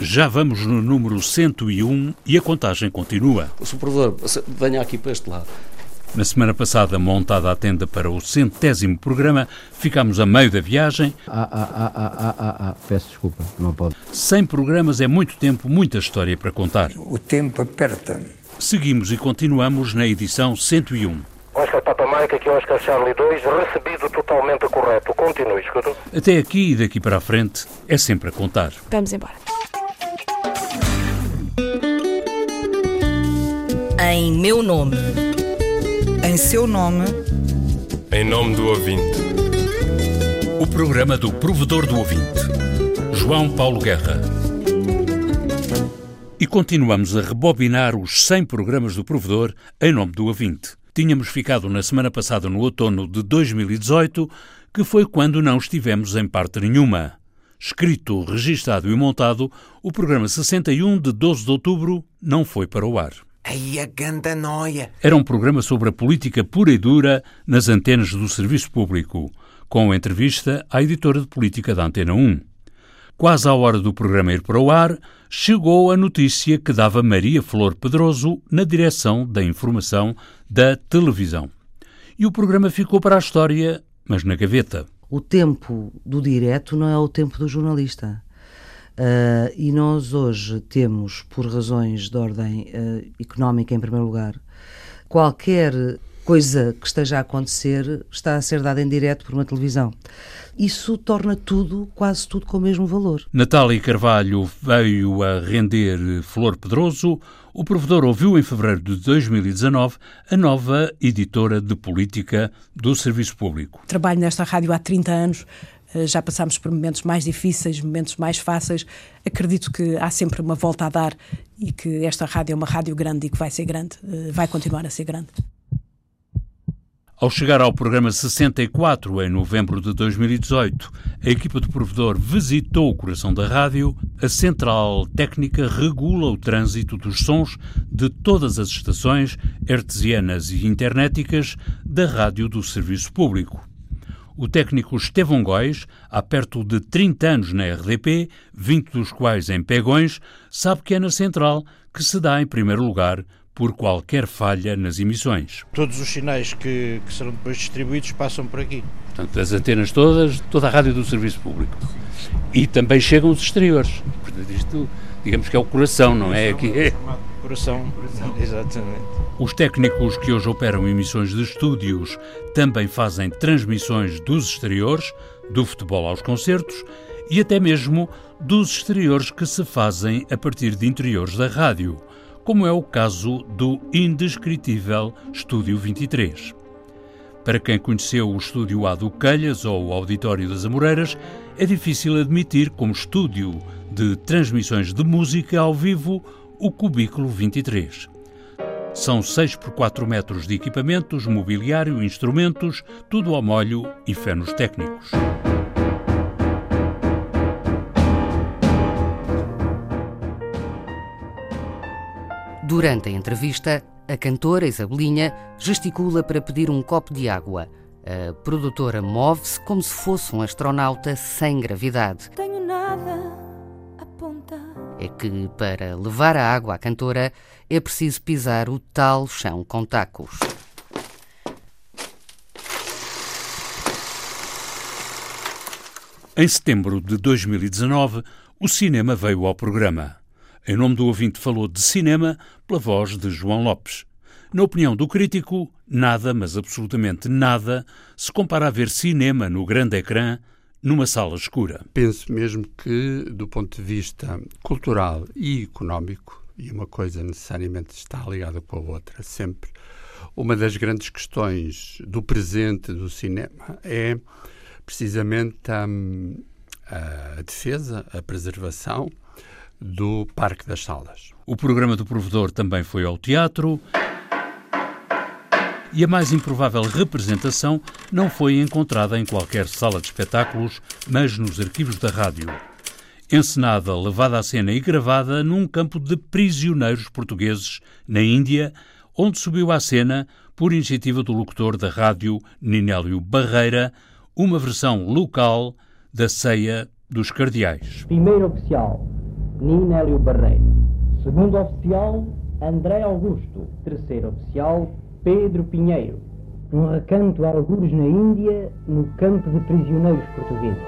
Já vamos no número 101 e a contagem continua. O Provedor, venha aqui para este lado. Na semana passada, montada a tenda para o 100º programa, ficámos a meio da viagem. Peço desculpa, não pode. 100 programas é muito tempo, muita história para contar. O tempo aperta. Seguimos e continuamos na edição 101. Oscar Papa Mike, aqui Oscar Charlie 2, recebido totalmente correto. Continue, escuta. Até aqui e daqui para a frente é sempre a contar. Vamos embora. Em meu nome. Em seu nome. Em nome do ouvinte. O programa do Provedor do Ouvinte. João Paulo Guerra. E continuamos a rebobinar os 100 programas do Provedor em nome do ouvinte. Tínhamos ficado na semana passada no outono de 2018, que foi quando não estivemos em parte nenhuma. Escrito, registado e montado, o programa 61 de 12 de outubro não foi para o ar. Ai, a ganda noia! Era um programa sobre a política pura e dura nas antenas do serviço público, com entrevista à editora de política da Antena 1. Quase à hora do programa ir para o ar, chegou a notícia que dava Maria Flor Pedroso na direção da informação da televisão. E o programa ficou para a história, mas na gaveta. O tempo do direto não é o tempo do jornalista. E nós hoje temos, por razões de ordem económica em primeiro lugar, qualquer coisa que esteja a acontecer está a ser dada em direto por uma televisão. Isso torna tudo, quase tudo, com o mesmo valor. Natália Carvalho veio a render Flor Pedroso. O Provedor ouviu em fevereiro de 2019 a nova editora de política do Serviço Público. Trabalho nesta rádio há 30 anos. Já passámos por momentos mais difíceis, momentos mais fáceis. Acredito que há sempre uma volta a dar e que esta rádio é uma rádio grande e que vai ser grande, vai continuar a ser grande. Ao chegar ao programa 64, em novembro de 2018, a equipa do Provedor visitou o coração da rádio. A central técnica regula o trânsito dos sons de todas as estações hertzianas e internéticas da rádio do Serviço Público. O técnico Estevão Góis, há perto de 30 anos na RDP, 20 dos quais em Pegões, sabe que é na central que se dá em primeiro lugar por qualquer falha nas emissões. Todos os sinais que serão depois distribuídos passam por aqui. Portanto, as antenas todas, toda a rádio do Serviço Público. E também chegam os exteriores. Portanto, isto, digamos que é o coração, não é? Aqui é. Coração, exatamente. Os técnicos que hoje operam emissões de estúdios também fazem transmissões dos exteriores, do futebol aos concertos e até mesmo dos exteriores que se fazem a partir de interiores da rádio, como é o caso do indescritível Estúdio 23. Para quem conheceu o Estúdio A do Calhas ou o Auditório das Amoreiras, é difícil admitir como estúdio de transmissões de música ao vivo o Cubículo 23. São 6 por 4 metros de equipamentos, mobiliário, instrumentos, tudo ao molho e fé nos técnicos. Durante a entrevista, a cantora Isabelinha gesticula para pedir um copo de água. A produtora move-se como se fosse um astronauta sem gravidade. Tenho nada a apontar. É que, para levar a água à cantora, é preciso pisar o tal chão com tacos. Em setembro de 2019, o cinema veio ao programa. Em nome do ouvinte falou de cinema pela voz de João Lopes. Na opinião do crítico, nada, mas absolutamente nada, se compara a ver cinema no grande ecrã numa sala escura. Penso mesmo que, do ponto de vista cultural e económico, e uma coisa necessariamente está ligada com a outra sempre, uma das grandes questões do presente do cinema é precisamente a defesa, a preservação do Parque das Salas. O programa do Provedor também foi ao teatro e a mais improvável representação não foi encontrada em qualquer sala de espetáculos, mas nos arquivos da rádio. Encenada, levada à cena e gravada num campo de prisioneiros portugueses na Índia, onde subiu à cena, por iniciativa do locutor da rádio Ninélio Barreira, uma versão local da Ceia dos Cardeais. Primeiro oficial, Nina Hélio Barreiro. Segundo oficial, André Augusto. Terceiro oficial, Pedro Pinheiro. Um recanto a algures na Índia, no campo de prisioneiros portugueses.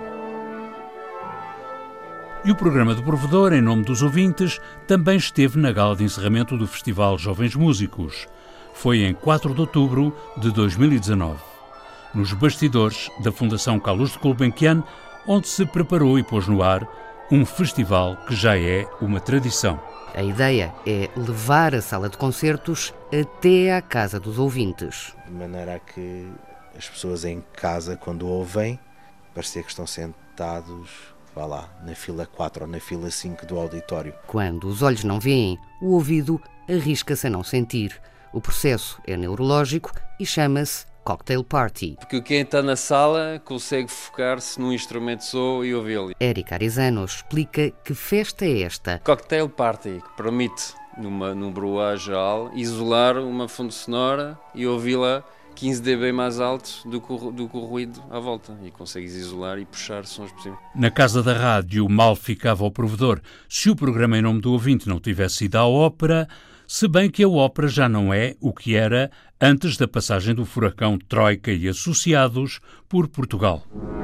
E o programa do Provedor, em nome dos ouvintes, também esteve na gala de encerramento do Festival Jovens Músicos. Foi em 4 de outubro de 2019, nos bastidores da Fundação Carlos de Gulbenkian, onde se preparou e pôs no ar um festival que já é uma tradição. A ideia é levar a sala de concertos até à casa dos ouvintes. De maneira a que as pessoas em casa, quando ouvem, parecia que estão sentados, vá lá, na fila 4 ou na fila 5 do auditório. Quando os olhos não veem, o ouvido arrisca-se a não sentir. O processo é neurológico e chama-se Cocktail Party. Porque quem está na sala consegue focar-se num instrumento só e ouvi-lo. Éric Arizano explica que festa é esta. Cocktail Party, que permite, num brouage hall, isolar uma fonte sonora e ouvi-la 15 dB mais alto do que o ruído à volta. E consegues isolar e puxar sons possíveis. Na casa da rádio mal ficava o provedor se o programa Em Nome do Ouvinte não tivesse ido à ópera, se bem que a ópera já não é o que era antes da passagem do furacão Troika e Associados por Portugal.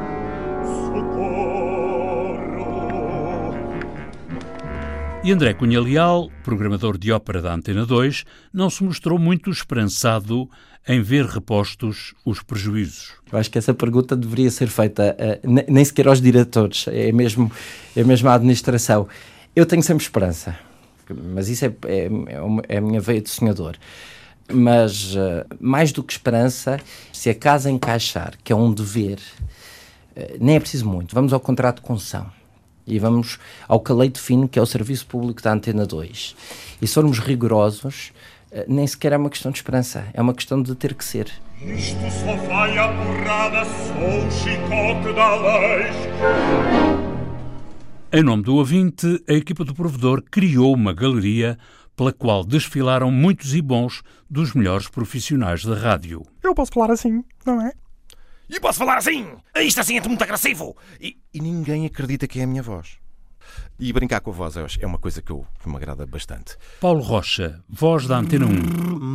E André Cunha Leal, programador de ópera da Antena 2, não se mostrou muito esperançado em ver repostos os prejuízos. Eu acho que essa pergunta deveria ser feita nem sequer aos diretores, é mesmo à administração. Eu tenho sempre esperança, mas isso é a minha veia de sonhador. Mas, mais do que esperança, se a casa encaixar, que é um dever, nem é preciso muito. Vamos ao contrato de concessão e vamos ao caleito fino, que é o serviço público da Antena 2. E se formos rigorosos, nem sequer é uma questão de esperança, é uma questão de ter que ser. Isto só vai a porrada, sou o chicote da lei. Em nome do ouvinte, a equipa do Provedor criou uma galeria pela qual desfilaram muitos e bons dos melhores profissionais da rádio. Eu posso falar assim, não é? E posso falar assim? Isto assim é muito agressivo. E ninguém acredita que é a minha voz. E brincar com a voz é uma coisa que me agrada bastante. Paulo Rocha, voz da Antena 1.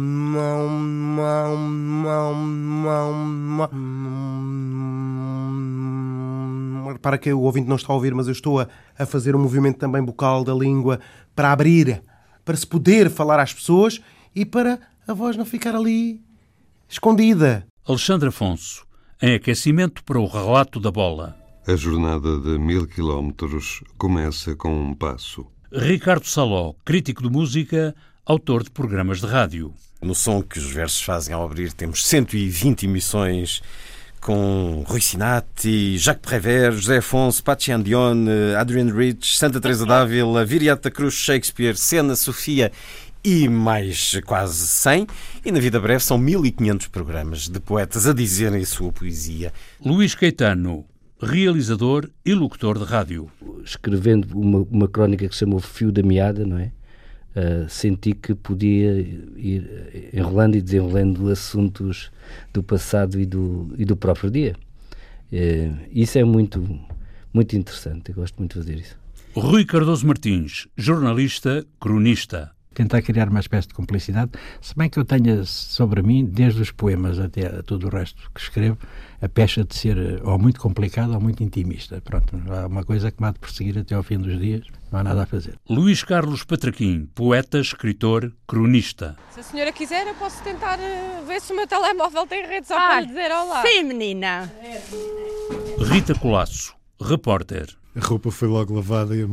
Para que o ouvinte não está a ouvir, mas eu estou a fazer um movimento também bucal da língua para abrir, para se poder falar às pessoas e para a voz não ficar ali escondida. Alexandre Afonso, em aquecimento para o relato da bola. A jornada de 1000 quilómetros começa com um passo. Ricardo Saló, crítico de música, autor de programas de rádio. No som que os versos fazem ao abrir, temos 120 emissões com Rui Sinati, Jacques Prévert, José Afonso, Pachi Andione, Adrian Rich, Santa Teresa d'Ávila, Viriato da Cruz, Shakespeare, Sena, Sofia e mais quase 100. E na vida breve são 1500 programas de poetas a dizerem a sua poesia. Luís Caetano, realizador e locutor de rádio. Escrevendo uma crónica que se chamou Fio da Meada, não é? Senti que podia ir enrolando e desenrolando assuntos do passado e do próprio dia. Isso é muito, muito interessante, eu gosto muito de fazer isso. Rui Cardoso Martins, jornalista, cronista. Tentar criar uma espécie de cumplicidade, se bem que eu tenha sobre mim, desde os poemas até tudo o resto que escrevo, a pecha de ser ou muito complicada ou muito intimista. Pronto, há uma coisa que me há de perseguir até ao fim dos dias, não há nada a fazer. Luís Carlos Patraquim, poeta, escritor, cronista. Se a senhora quiser, eu posso tentar ver se o meu telemóvel tem rede só para lhe dizer olá. Sim, menina. Rita Colasso, repórter. A roupa foi logo lavada e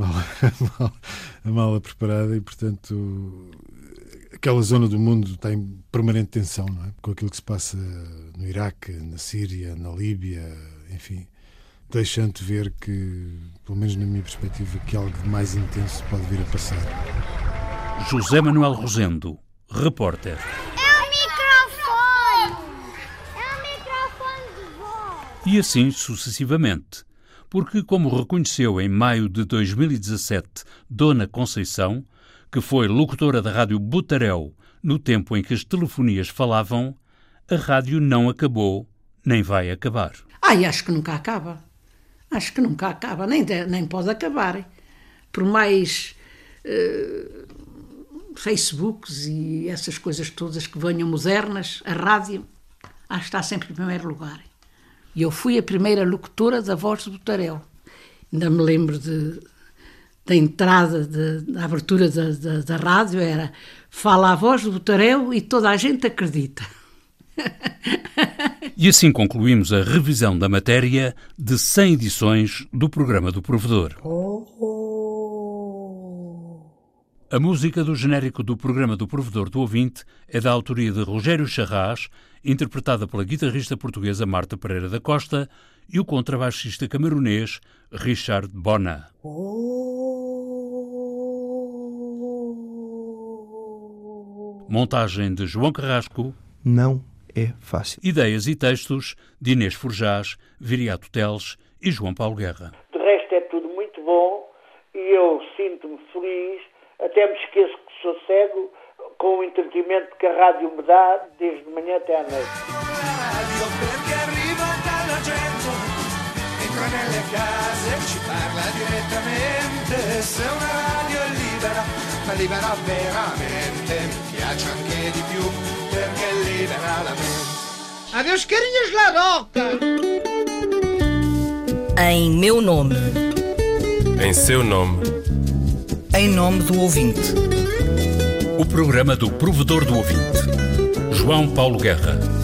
a mala preparada e, portanto, aquela zona do mundo está em permanente tensão, não é? Com aquilo que se passa no Iraque, na Síria, na Líbia, enfim, deixando-te ver que, pelo menos na minha perspectiva, que algo de mais intenso pode vir a passar. José Manuel Rosendo, repórter. É o microfone de voz. E assim sucessivamente. Porque, como reconheceu em maio de 2017 Dona Conceição, que foi locutora da rádio Botaréu no tempo em que as telefonias falavam, a rádio não acabou, nem vai acabar. Acho que nunca acaba. Acho que nunca acaba, nem pode acabar. por mais Facebooks e essas coisas todas que venham modernas, a rádio acho que está sempre em primeiro lugar. E eu fui a primeira locutora da Voz de Botarel. Ainda me lembro da entrada, da abertura da rádio, era fala a Voz de Botarel e toda a gente acredita. E assim concluímos a revisão da matéria de 100 edições do programa do Provedor. A música do genérico do programa do Provedor do Ouvinte é da autoria de Rogério Charras, interpretada pela guitarrista portuguesa Marta Pereira da Costa e o contrabaixista camerunês Richard Bona. Montagem de João Carrasco. Não é fácil. Ideias e textos de Inês Forjás, Viriato Teles e João Paulo Guerra. De resto é tudo muito bom e eu sinto-me feliz, até me esqueço que sou cego, com o entretenimento que a rádio me dá desde de manhã até à noite. Entra nelle case e ci parla direttamente. Se una radio è libera, ma libera veramente, mi piace anche di più perché libera la mente. Adeus carinhas laroca. Em meu nome. Em seu nome. Em nome do ouvinte. O programa do Provedor do Ouvinte. João Paulo Guerra.